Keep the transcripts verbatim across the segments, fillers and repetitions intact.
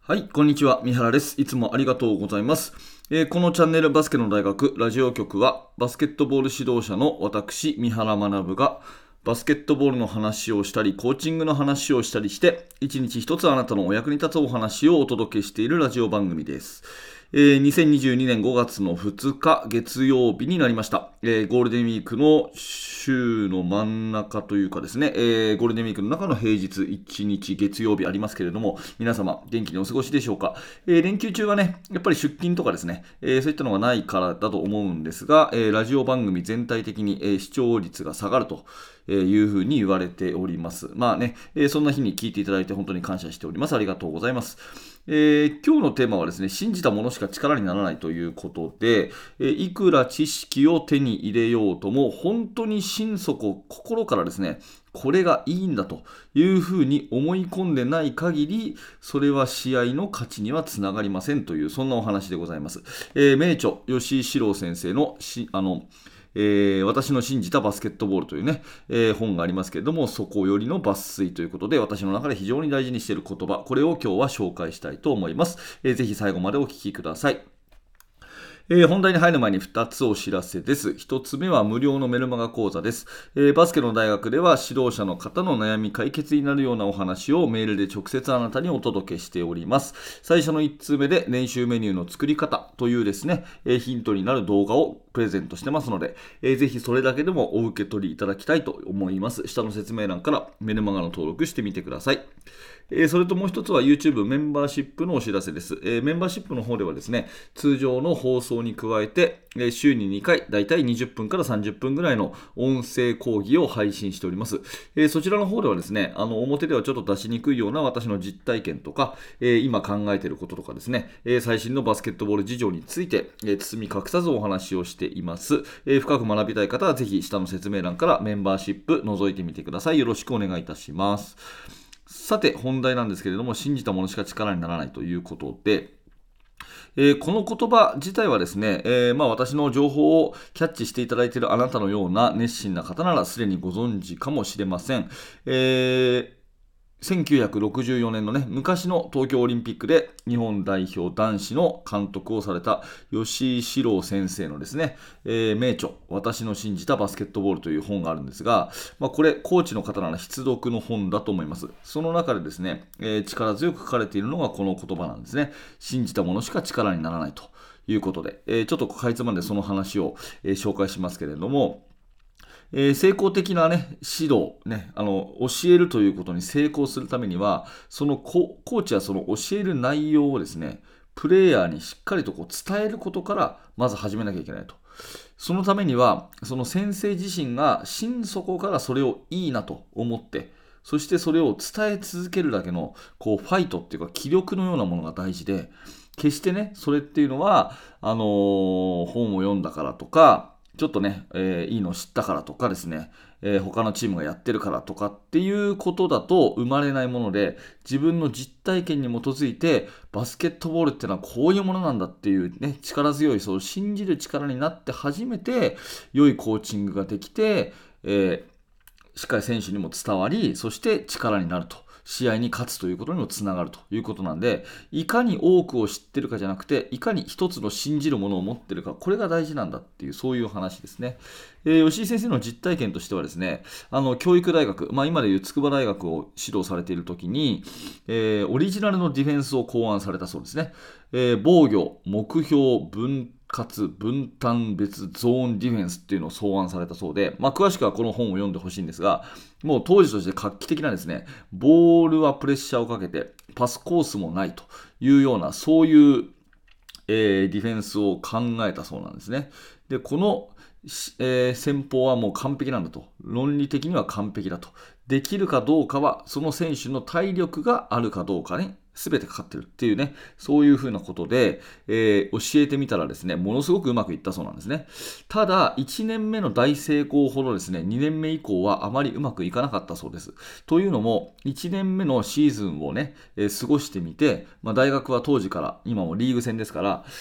はい、こんにちは。三原です。いつもありがとうございます。えーこのチャンネルバスケの大学ラジオ局は、バスケットボール指導者の私、三原学が、バスケットボールの話をしたり、コーチングの話をしたりして、一日一つあなたのお役に立つお話をお届けしているラジオ番組です。えーにせんにじゅうにねんごがつのふつか月曜日になりました。えーゴールデンウィークの週の真ん中というかですね、えーゴールデンウィークの中の平日いちにち月曜日ありますけれども、皆様元気にお過ごしでしょうか。えー連休中はね、やっぱり出勤とかですね、えーそういったのがないからだと思うんですが、えーラジオ番組全体的に、えー視聴率が下がるというふうに言われております。まあね、えーそんな日に聞いていただいて本当に感謝しております。ありがとうございます。えー今日のテーマはですね、信じたものしか力にならないということで、えーいくら知識を手に入れようとも、本当に心底、心からですね、これがいいんだというふうに思い込んでない限り、それは試合の勝ちにはつながりませんという、そんなお話でございます。えー名著、吉井史郎先生のし、あの、えー私の信じたバスケットボールというね、えー本がありますけれども、そこよりの抜粋ということで、私の中で非常に大事にしている言葉、これを今日は紹介したいと思います。えーぜひ最後までお聞きください。えー本題に入る前にふたつお知らせです。ひとつめは無料のメルマガ講座です。えーバスケの大学では指導者の方の悩み解決になるようなお話をメールで直接あなたにお届けしております。最初のいち通目で練習メニューの作り方というですね、えーヒントになる動画をプレゼントしてますので、えーぜひそれだけでもお受け取りいただきたいと思います。下の説明欄からメルマガの登録してみてください。えーそれともう一つは YouTube メンバーシップのお知らせです。えーメンバーシップの方ではですね、通常の放送に加えて、えー週ににかい、だいたいにじゅっぷんからさんじゅっぷんぐらいの音声講義を配信しております。えーそちらの方ではですね、あの表ではちょっと出しにくいような私の実体験とか、えー今考えていることとかですね、えー最新のバスケットボール事情について、えー包み隠さずお話をしています。えー深く学びたい方はぜひ下の説明欄からメンバーシップ覗いてみてください。よろしくお願いいたします。さて本題なんですけれども、信じたものしか力にならないということで、えーこの言葉自体はですね、えーまあ、私の情報をキャッチしていただいているあなたのような熱心な方ならすでにご存知かもしれません。えーせんきゅうひゃくろくじゅうよねんのね、昔の東京オリンピックで日本代表男子の監督をされた吉井史郎先生のですね、えー名著、私の信じたバスケットボールという本があるんですが、まあ、これ、コーチの方なら必読の本だと思います。その中でですね、えー力強く書かれているのがこの言葉なんですね。信じたものしか力にならないということで、えーちょっとかいつまんでその話を、えー紹介しますけれども、えー成功的な、ね、指導、ね、あの教えるということに成功するためには、そのココーチはその教える内容をですね、プレイヤーにしっかりとこう伝えることからまず始めなきゃいけないと。そのためには、その先生自身が心底からそれをいいなと思って、そしてそれを伝え続けるだけのこうファイトっていうか気力のようなものが大事で、決してね、それっていうのはあのー本を読んだからとか、ちょっとね、えーいいの知ったからとかですね、えー他のチームがやってるからとかっていうことだと生まれないもので、自分の実体験に基づいてバスケットボールっていうのはこういうものなんだっていうね、力強い、そう信じる力になって初めて良いコーチングができて、えーしっかり選手にも伝わり、そして力になると。試合に勝つということにもつながるということなんで、いかに多くを知ってるかじゃなくて、いかに一つの信じるものを持ってるか、これが大事なんだっていう、そういう話ですね。えー吉井先生の実体験としてはですね、あの教育大学、まあ、今でいう筑波大学を指導されているときに、えーオリジナルのディフェンスを考案されたそうですね。えー防御、目標、分割、分担別ゾーンディフェンスっていうのを草案されたそうで、まあ、詳しくはこの本を読んでほしいんですが、もう当時として画期的なですね、ボールはプレッシャーをかけて、パスコースもないというような、そういう、えーディフェンスを考えたそうなんですね。で、この、えー戦法はもう完璧なんだと。論理的には完璧だと。できるかどうかは、その選手の体力があるかどうかね、すべてかかってるっていうね、そういうふうなことで、えー教えてみたらですね、ものすごくうまくいったそうなんですね。ただ、いちねんめの大成功ほどですね、にねんめ以降はあまりうまくいかなかったそうです。というのも、いちねんめのシーズンをね、えー過ごしてみて、まあ、大学は当時から、今もリーグ戦ですから、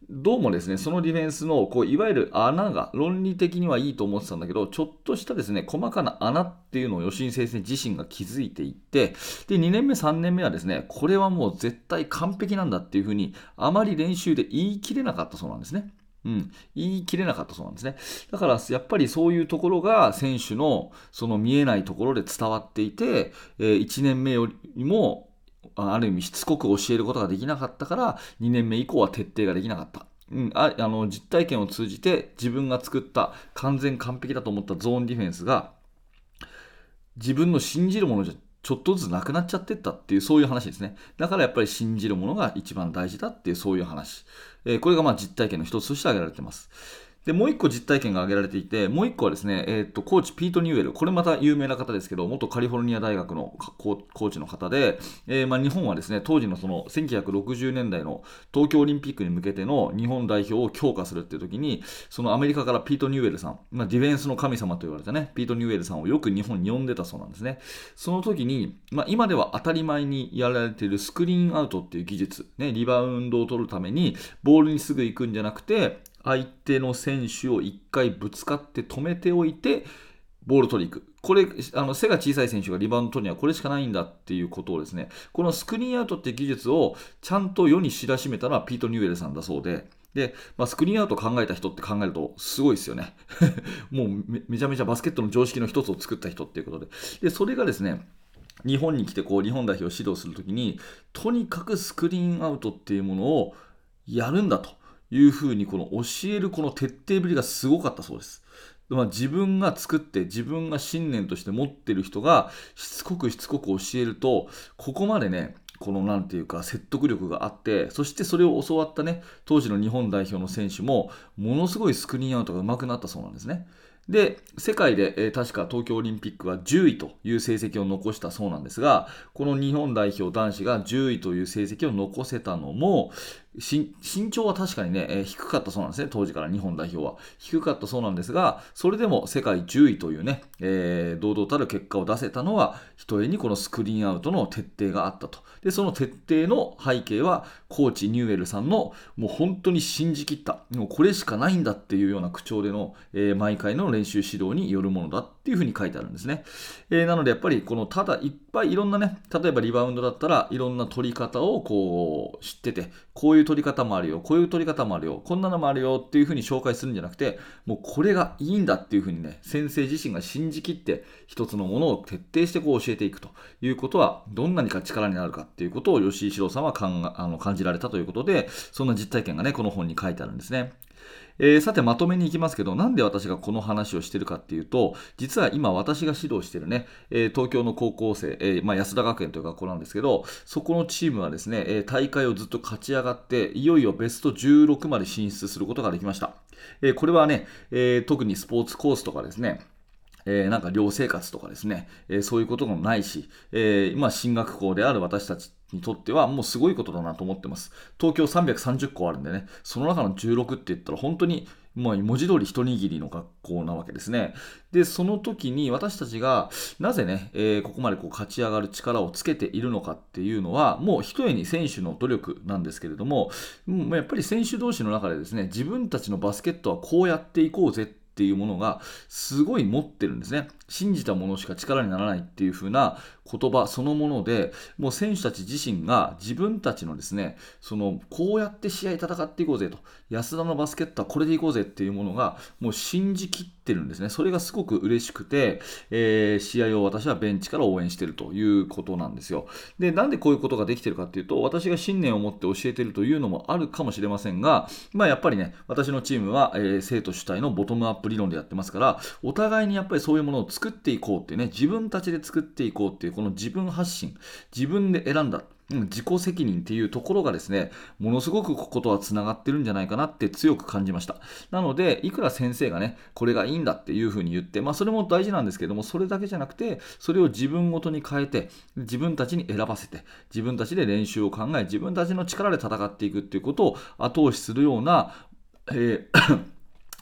どうもですね、そのディフェンスのこういわゆる穴が論理的にはいいと思ってたんだけど、ちょっとしたですね、細かな穴っていうのを吉井先生自身が気づいていって、で、にねんめ、さんねんめはですね、これはもう絶対完璧なんだっていうふうに、あまり練習で言い切れなかったそうなんですね。うん、言い切れなかったそうなんですね。だからやっぱりそういうところが選手のその見えないところで伝わっていて、えーいちねんめよりもあある意味しつこく教えることができなかったからにねんめ以降は徹底ができなかった。うん、ああの実体験を通じて自分が作った完全完璧だと思ったゾーンディフェンスが自分の信じるものじゃちょっとずつなくなっちゃってったっていうそういう話ですね。だからやっぱり信じるものが一番大事だっていうそういう話。えーこれがまあ実体験の一つとして挙げられています。で、もう一個実体験が挙げられていて、もう一個はですね、えーっと、コーチ、ピート・ニューエル。これまた有名な方ですけど、元カリフォルニア大学のコーコーチの方で、えーまあ、日本はですね、当時のそのせんきゅうひゃくろくじゅうねんだいの東京オリンピックに向けての日本代表を強化するっていう時に、そのアメリカからピート・ニューエルさん、まあ、ディフェンスの神様と言われたね、ピート・ニューエルさんをよく日本に呼んでたそうなんですね。その時に、まあ、今では当たり前にやられているスクリーンアウトっていう技術、ね、リバウンドを取るために、ボールにすぐ行くんじゃなくて、相手の選手をいっかいぶつかって止めておいて、ボール取りに行く。これ、あの背が小さい選手がリバウンド取るにはこれしかないんだっていうことをですね、このスクリーンアウトっていう技術をちゃんと世に知らしめたのはピート・ニューエルさんだそうで、で、まあ、スクリーンアウトを考えた人って考えるとすごいですよね。もうめめちゃめちゃバスケットの常識の一つを作った人っていうことで。で、それがですね、日本に来てこう日本代表を指導するときに、とにかくスクリーンアウトっていうものをやるんだというふうにこの教えるこの徹底ぶりがすごかったそうです。まあ、自分が作って自分が信念として持ってる人がしつこくしつこく教えるとここまでねこのなんていうか説得力があってそしてそれを教わったね当時の日本代表の選手もものすごいスクリーンアウトが上手くなったそうなんですね。で世界で、えー確か東京オリンピックはじゅういという成績を残したそうなんですがこの日本代表男子がじゅういという成績を残せたのもし身長は確かにね、えー低かったそうなんですね、当時から日本代表は。低かったそうなんですが、それでも世界じゅういというね、えー堂々たる結果を出せたのは、ひとえにこのスクリーンアウトの徹底があったと。で、その徹底の背景は、コーチニューエルさんのもう本当に信じきった、もうこれしかないんだっていうような口調での、えー毎回の練習指導によるものだっていうふうに書いてあるんですね。えーなのでやっぱりこのただいっぱいいろんなね、例えばリバウンドだったらいろんな取り方をこう知ってて、こういう取り方もあるよ、こういう取り方もあるよ、こんなのもあるよっていうふうに紹介するんじゃなくて、もうこれがいいんだっていうふうにね、先生自身が信じきって一つのものを徹底してこう教えていくということは、どんなにか力になるかっていうことを吉井史郎さんは感があの感じられたということで、そんな実体験がね、この本に書いてあるんですね。えーさてまとめに行きますけど、なんで私がこの話をしているかっていうと、実は今私が指導しているね、えー東京の高校生、えーまあ、安田学園という学校なんですけど、そこのチームはですね、えー大会をずっと勝ち上がって、いよいよベストじゅうろくまで進出することができました。えーこれはね、えー特にスポーツコースとかですね、えーなんか寮生活とかですね、えーそういうこともないし、えー今進学校である私たちにとってはもうすごいことだなと思ってます。東京さんびゃくさんじゅっこあるんでね、その中のじゅうろくって言ったら本当にまあ文字通り一握りの学校なわけですね。で、その時に私たちがなぜね、えーここまでこう勝ち上がる力をつけているのかっていうのは、もう一重に選手の努力なんですけれども、うんやっぱり選手同士の中でですね、自分たちのバスケットはこうやっていこうぜっていうものがすごい持ってるんですね。信じたものしか力にならないっていう風な言葉そのもので、もう選手たち自身が自分たちのですね、そのこうやって試合戦っていこうぜと、安田のバスケットはこれでいこうぜっていうものがもう信じきってるんですね。それがすごく嬉しくて、えー試合を私はベンチから応援しているということなんですよ。で、なんでこういうことができてるかっていうと、私が信念を持って教えているというのもあるかもしれませんが、まあやっぱりね、私のチームは、えー生徒主体のボトムアップ理論でやってますから、お互いにやっぱりそういうものを作っていこうっていうね、自分たちで作っていこうっていうこの自分発信、自分で選んだ、うん自己責任っていうところがですね、ものすごくこことはつながってるんじゃないかなって強く感じました。なので、いくら先生がね、これがいいんだっていうふうに言って、まあそれも大事なんですけども、それだけじゃなくて、それを自分ごとに変えて、自分たちに選ばせて、自分たちで練習を考え、自分たちの力で戦っていくっていうことを後押しするような、えー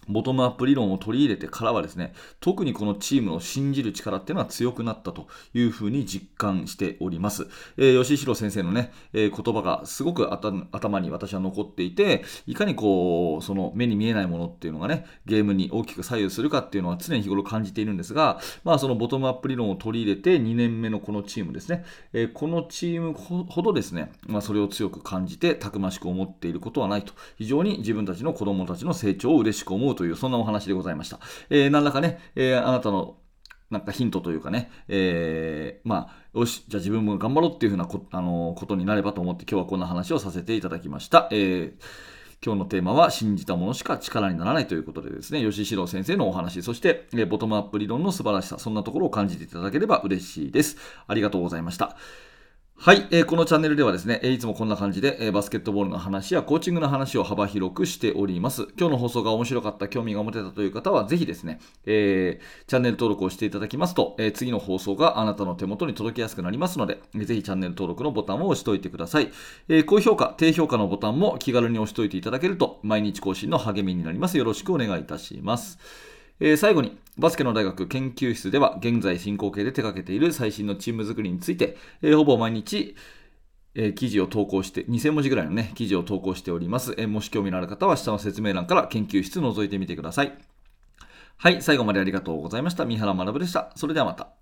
ボトムアップ理論を取り入れてからはですね、特にこのチームを信じる力っていうのは強くなったというふうに実感しております。えー、吉弘先生のね、えー言葉がすごく頭に私は残っていて、いかにこう、その目に見えないものっていうのがね、ゲームに大きく左右するかっていうのは常に日頃感じているんですが、まあそのボトムアップ理論を取り入れてにねんめのこのチームですね、えーこのチームほどですね、まあそれを強く感じてたくましく思っていることはないと、非常に自分たちの子供たちの成長を嬉しく思うという、そんなお話でございました。えー、何らかね、えーあなたのなんかヒントというかね、えー、まあ、よし、じゃあ自分も頑張ろうっていうふうなこ、あのーことになればと思って今日はこんな話をさせていただきました。えー今日のテーマは信じたものしか力にならないということでですね、吉史郎先生のお話、そして、えーボトムアップ理論の素晴らしさ、そんなところを感じていただければ嬉しいです。ありがとうございました。はい、えーこのチャンネルではですね、えーいつもこんな感じで、えーバスケットボールの話やコーチングの話を幅広くしております。今日の放送が面白かった、興味が持てたという方は、ぜひですね、えーチャンネル登録をしていただきますと、えー次の放送があなたの手元に届きやすくなりますので、えーぜひチャンネル登録のボタンを押しておいてください。えー高評価、低評価のボタンも気軽に押しておいていただけると、毎日更新の励みになります。よろしくお願いいたします。えー最後に、バスケの大学研究室では、現在進行形で手掛けている最新のチーム作りについて、えーほぼ毎日、えー記事を投稿して、にせんもじぐらいのね、記事を投稿しております。えーもし興味のある方は、下の説明欄から研究室覗いてみてください。はい、最後までありがとうございました。三原学でした。それではまた。